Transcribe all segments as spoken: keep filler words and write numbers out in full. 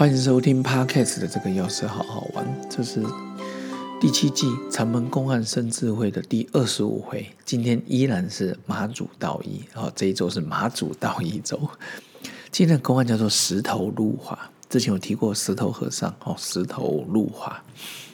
欢迎收听 Podcast 的这个钥匙好好玩，这是第七季禅门公案生智慧的第二十五回。今天依然是马祖道一、哦、这一周是马祖道一周。今天的公案叫做石头入华，之前有提过石头和尚、哦、石头入华。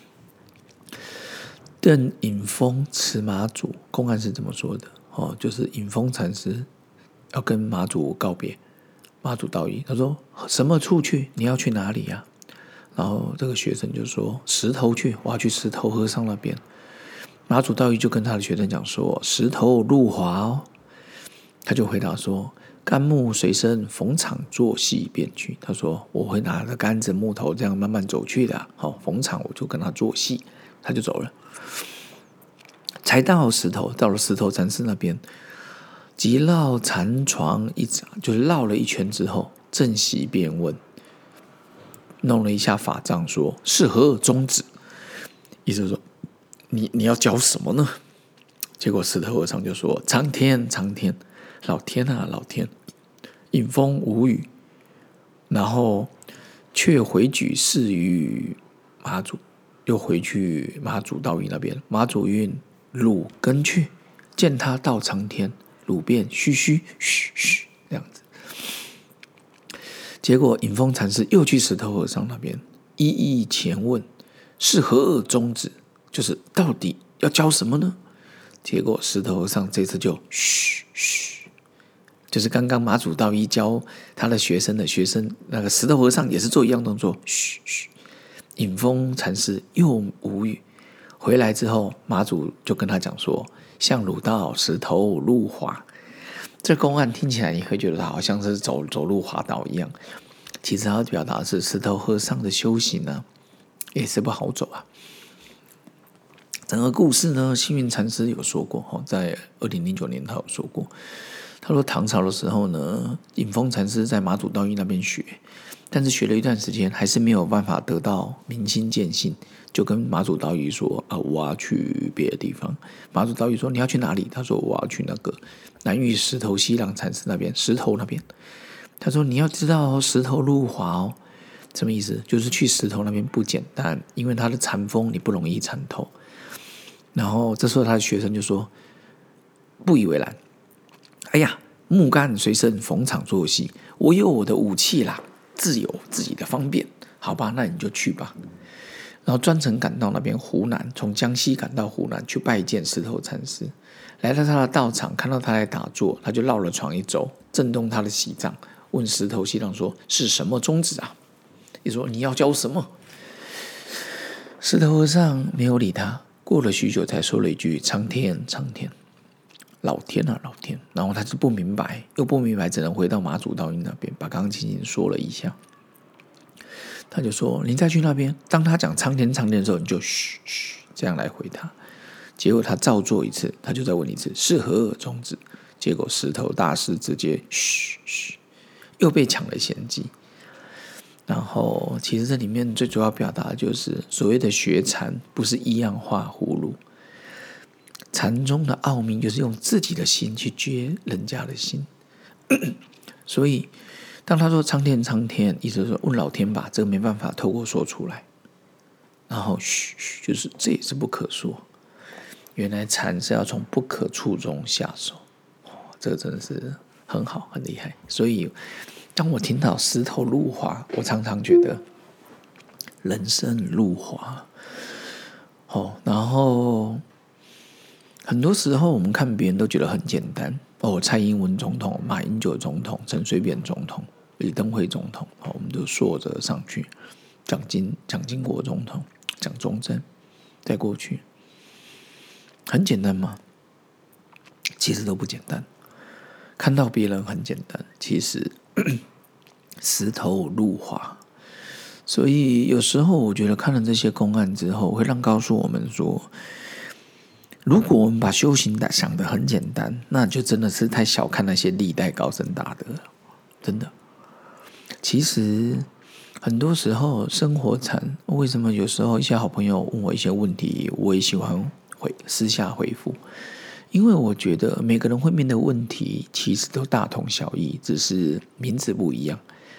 邓隐峰辞马祖，公案是这么说的、哦、就是隐峰禅师要跟马祖告别。马祖道一他说什么处去？你要去哪里呀、啊？然后这个学生就说石头去，我要去石头和尚那边。马祖道一就跟他的学生讲说石头入华哦。他就回答说干木随身，逢场作戏便去。他说我会拿着杆子木头这样慢慢走去的、啊哦、逢场我就跟他做戏。他就走了。才到石头，到了石头禅师那边，即绕禅床一就是绕了一圈之后，正席便问，弄了一下法杖说是何宗旨？意思说你你要教什么呢？结果石头和尚就说苍天苍天，老天啊老天。隐峰无语，然后却回举事于马祖，又回去马祖道一那边。马祖云汝跟去，见他到苍天，汝便嘘嘘嘘嘘这样子。结果隐峰禅师又去石头和尚那边一一前问是何宗旨，就是到底要教什么呢？结果石头和尚这次就嘘嘘，就是刚刚马祖道一教他的学生的学生，那个石头和尚也是做一样动作嘘嘘。隐峰禅师又无语。回来之后，马祖就跟他讲说向汝道石头入华。这公案听起来你会觉得他好像是走走入华道一样，其实他表达的是石头和尚的修行呢也是不好走啊。整个故事呢，星云禅师有说过，在二零零九年他有说过，他说唐朝的时候呢，隐峰禅师在马祖道一那边学，但是学了一段时间还是没有办法得到明心见性，就跟马祖道一说啊，我要去别的地方。马祖道一说你要去哪里？他说我要去那个南域石头西凉禅师那边，石头那边。他说你要知道石头入华哦，什么意思？就是去石头那边不简单，因为他的禅风你不容易参透。然后这时候他的学生就说不以为然，哎呀，木杆随身，逢场作戏，我有我的武器啦，自有自己的方便，好吧，那你就去吧。然后专程赶到那边湖南，从江西赶到湖南去拜见石头禅师。来到他的道场，看到他在打坐，他就绕了床一周，震动他的喜杖，问石头西凉说是什么宗旨啊？你说你要教什么？石头和尚没有理他，过了许久才说了一句苍天苍天，老天啊老天。然后他就不明白，又不明白，只能回到马祖道一那边把刚刚情形说了一下。他就说你再去那边，当他讲苍天苍天的时候，你就嘘嘘这样来回他。结果他照做一次，他就再问一次是何宗旨？结果石头大师直接嘘嘘，又被抢了先机。然后其实这里面最主要表达的就是所谓的学禅不是一样画葫芦，禅中的奥秘就是用自己的心去接人家的心。所以当他说苍天苍天，意思是说问老天吧，这个没办法透过说出来。然后嘘嘘，就是这也是不可说。原来禅是要从不可触中下手、哦、这个真的是很好很厉害。所以当我听到石头入华，我常常觉得人生入华、哦、然后很多时候我们看别人都觉得很简单哦，蔡英文总统、马英九总统、陈水扁总统、李登辉总统、哦、我们就说着上去，蒋经蒋经国总统、蒋中正，在过去很简单吗？其实都不简单。看到别人很简单，其实石头入华。所以有时候我觉得看了这些公案之后，会让告诉我们说，如果我们把修行想得很简单，那就真的是太小看那些历代高僧大德了，真的。其实很多时候生活禅，为什么有时候一些好朋友问我一些问题，我也喜欢回私下回复，因为我觉得每个人会面对的问题其实都大同小异，只是名字不一样。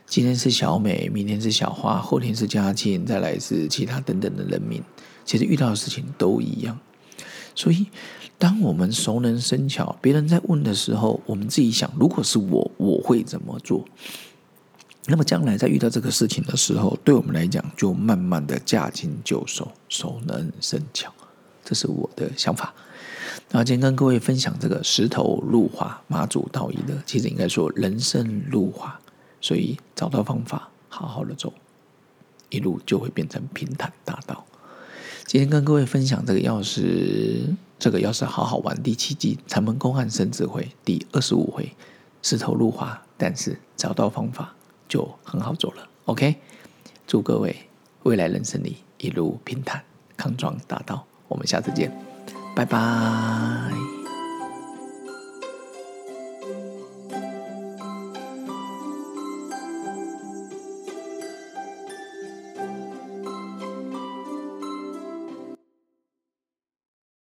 今天是小美，明天是小花，后天是嘉庆，再来是其他等等的人名，其实遇到的事情都一样。所以当我们熟能生巧，别人在问的时候，我们自己想，如果是我，我会怎么做？那么将来在遇到这个事情的时候，对我们来讲就慢慢的驾轻就熟，熟能生巧，这是我的想法。那今天跟各位分享这个石头路滑，马祖道义的，其实应该说人生路滑，所以找到方法，好好的走，一路就会变成平坦大道。今天跟各位分享这个钥匙，这个钥匙好好玩第七季禅门公案生智慧第二十五回，石头路滑，但是找到方法就很好走了。OK， 祝各位未来人生里一路平坦，康庄大道。我们下次见，拜拜。